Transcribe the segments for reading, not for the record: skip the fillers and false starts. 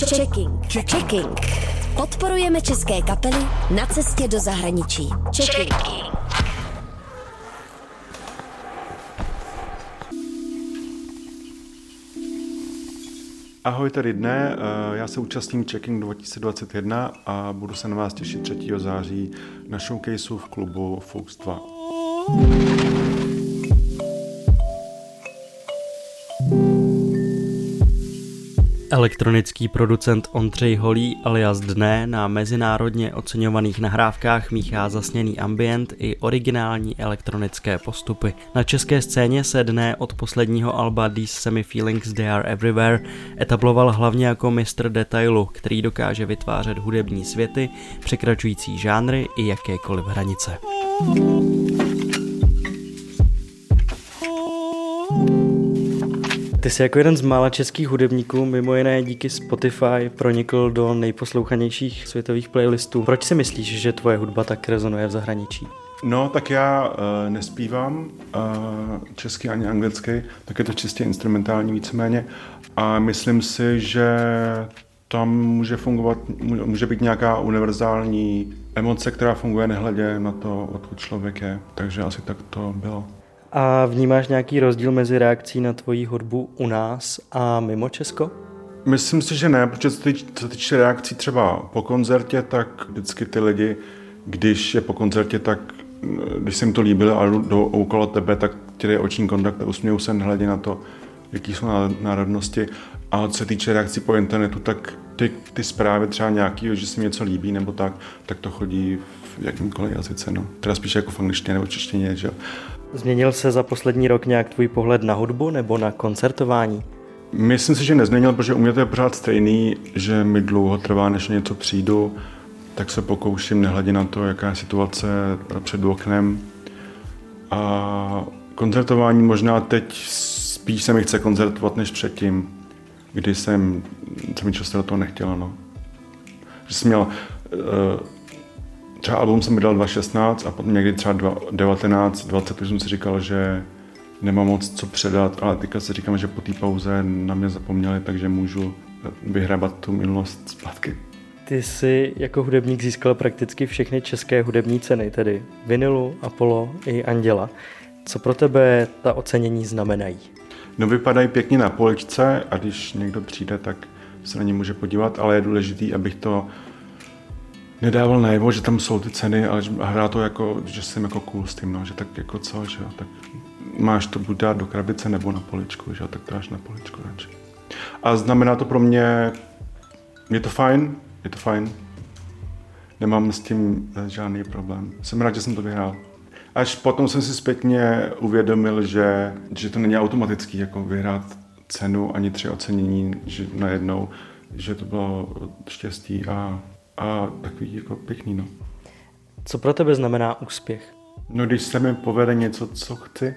Checking. Podporujeme české kapely na cestě do zahraničí. Checking. Ahoj, tady Dne, já se účastním Checking 2021 a budu se na vás těšit 3. září na showcaseu v klubu Fox 2. Elektronický producent Ondřej Holý alias Dne na mezinárodně oceňovaných nahrávkách míchá zasněný ambient i originální elektronické postupy. Na české scéně se Dne od posledního alba These Semi Feelings They Are Everywhere etabloval hlavně jako mistr detailu, který dokáže vytvářet hudební světy, překračující žánry i jakékoliv hranice. Ty jsi jako jeden z mála českých hudebníků mimo jiné díky Spotify pronikl do nejposlouchanějších světových playlistů. Proč si myslíš, že tvoje hudba tak rezonuje v zahraničí? No, tak já nespívám česky ani anglicky, tak je to čistě instrumentální víceméně a myslím si, že tam může být nějaká univerzální emoce, která funguje nehledě na to, odkud člověk je, takže asi tak to bylo. A vnímáš nějaký rozdíl mezi reakcí na tvoji hudbu u nás a mimo Česko? Myslím si, že ne, protože co týče reakcí třeba po koncertě, tak vždycky ty lidi, když je po koncertě, tak když se jim to líbilo a jdou okolo tebe, tak ti dají oční kontakt a usmějou se nehledě na to, jaký jsou národnosti. A co se týče reakcí po internetu, tak ty zprávy třeba nějaký, že se mi něco líbí nebo tak to chodí v jakýmkoliv jazyce, no. Teda spíš jako v angličtině nebo češtině, že jo. Změnil se za poslední rok nějak tvůj pohled na hudbu nebo na koncertování? Myslím si, že nezměnil, protože u mě to je pořád stejný, že mi dlouho trvá, než něco přijdu, tak se pokouším nehledě na to, jaká je situace před oknem. A koncertování možná teď spíš se mi chce koncertovat než předtím, kdy jsem mi často do toho nechtěla, no. Že jsem měl, třeba album jsem vydal 2016 a potom někdy třeba 2019, 20, už jsem si říkal, že nemám moc co předat, ale teďka si říkám, že po té pauze na mě zapomněli, takže můžu vyhrabat tu minulost zpátky. Ty jsi jako hudebník získal prakticky všechny české hudební ceny, tedy Vinilu, Apollo i Anděla. Co pro tebe ta ocenění znamenají? No, vypadají pěkně na poličce a když někdo přijde, tak se na ně může podívat, ale je důležitý, abych to nedával najevo, že tam jsou ty ceny, ale hrá to jako, že jsem jako cool s tím, no, že tak jako co, že jo, tak máš to buď dát do krabice nebo na poličku, že jo, tak to dáš na poličku radši. A znamená to pro mě, je to fajn, nemám s tím žádný problém, jsem rád, že jsem to vyhrál. Až potom jsem si zpětně uvědomil, že to není automatický jako vyhrát cenu ani 3 ocenění že najednou, že to bylo štěstí a takový jako pěkný, no. Co pro tebe znamená úspěch? No, když se mi povede něco, co chci,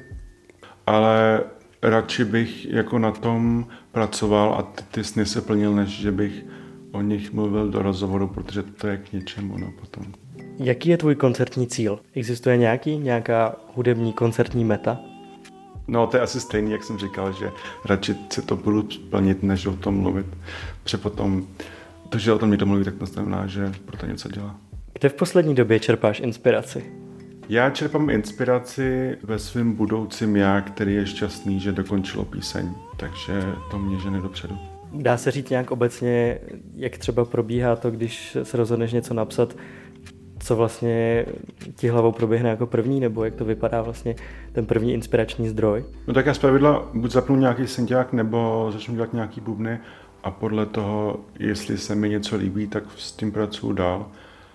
ale radši bych jako na tom pracoval a ty sny se plnil, než že bych o nich mluvil do rozhovoru, protože to je k něčemu, no, potom. Jaký je tvůj koncertní cíl? Existuje nějaká hudební koncertní meta? No, to je asi stejný, jak jsem říkal, že radši si to budu plnit, než o tom mluvit. Protože potom, to, že o tom někdo mluví, tak to znamená, že pro to něco dělá. Kde v poslední době čerpáš inspiraci? Já čerpám inspiraci ve svém budoucím já, který je šťastný, že dokončilo píseň, takže to mě žene dopředu. Dá se říct nějak obecně, jak třeba probíhá to, když se rozhodneš něco napsat, co vlastně ti hlavou proběhne jako první, nebo jak to vypadá vlastně ten první inspirační zdroj? No tak já zpravidla buď zapnu nějaký synťák, nebo začnu dělat nějaký bubny a podle toho, jestli se mi něco líbí, tak s tím pracuju dál.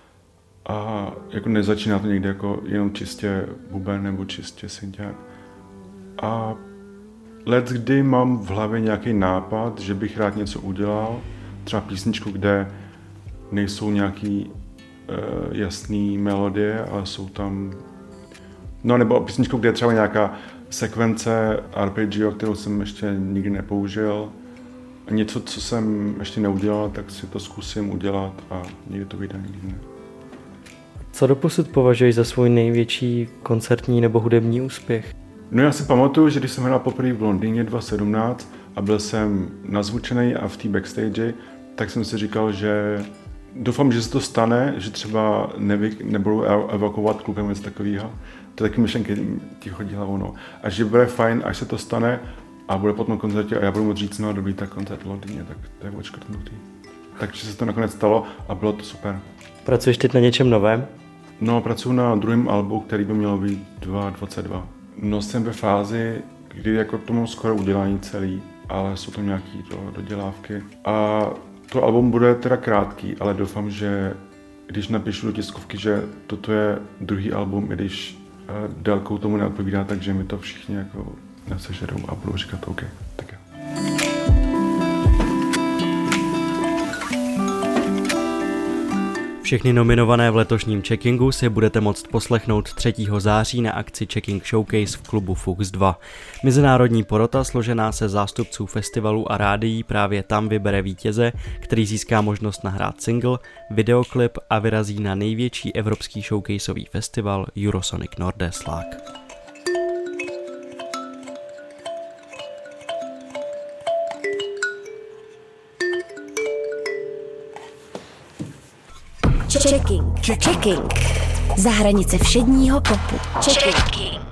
A jako nezačíná to někde jako jenom čistě buben nebo čistě synťák. A leckdy mám v hlavě nějaký nápad, že bych rád něco udělal, třeba písničku, kde nejsou nějaký jasný melodie, ale jsou tam, no nebo písničku, kde je třeba nějaká sekvence arpeggio, kterou jsem ještě nikdy nepoužil. A něco, co jsem ještě neudělal, tak si to zkusím udělat a někdy to vyjde, někdy ne. Co doposud považuješ za svůj největší koncertní nebo hudební úspěch? No, já si pamatuju, že když jsem hrál poprvé v Londýně 2017 a byl jsem nazvučený a v té backstage, tak jsem si říkal, že doufám, že se to stane, že třeba nebudu evakuovat klukem něco takového. To je taky myšlenky, ti chodí hlavou, no. A že bude fajn, až se to stane a bude potom koncertě a já budu moct říct, no dobrý, tak koncert v Londýně, tak to je odškrtnutý. Takže se to nakonec stalo a bylo to super. Pracuješ teď na něčem novém? No, pracuji na druhém albu, který by mělo být 2022. No, jsem ve fázi, kdy jako to mám skoro udělání celý, ale jsou tam nějaký dodělávky. A to album bude teda krátký, ale doufám, že když napíšu do tiskovky, že toto je druhý album, i když délkou tomu neodpovídá, takže mi to všichni jako nesežerou a budou říkat OK. Tak jo. Všechny nominované v letošním checkingu si budete moct poslechnout 3. září na akci Checking Showcase v klubu Fux 2. Mezinárodní porota složená se zástupců festivalů a rádií právě tam vybere vítěze, který získá možnost nahrát single, videoklip a vyrazí na největší evropský showcaseový festival Eurosonic Nordeslag. Checking. Za hranice všedního popu. Checking.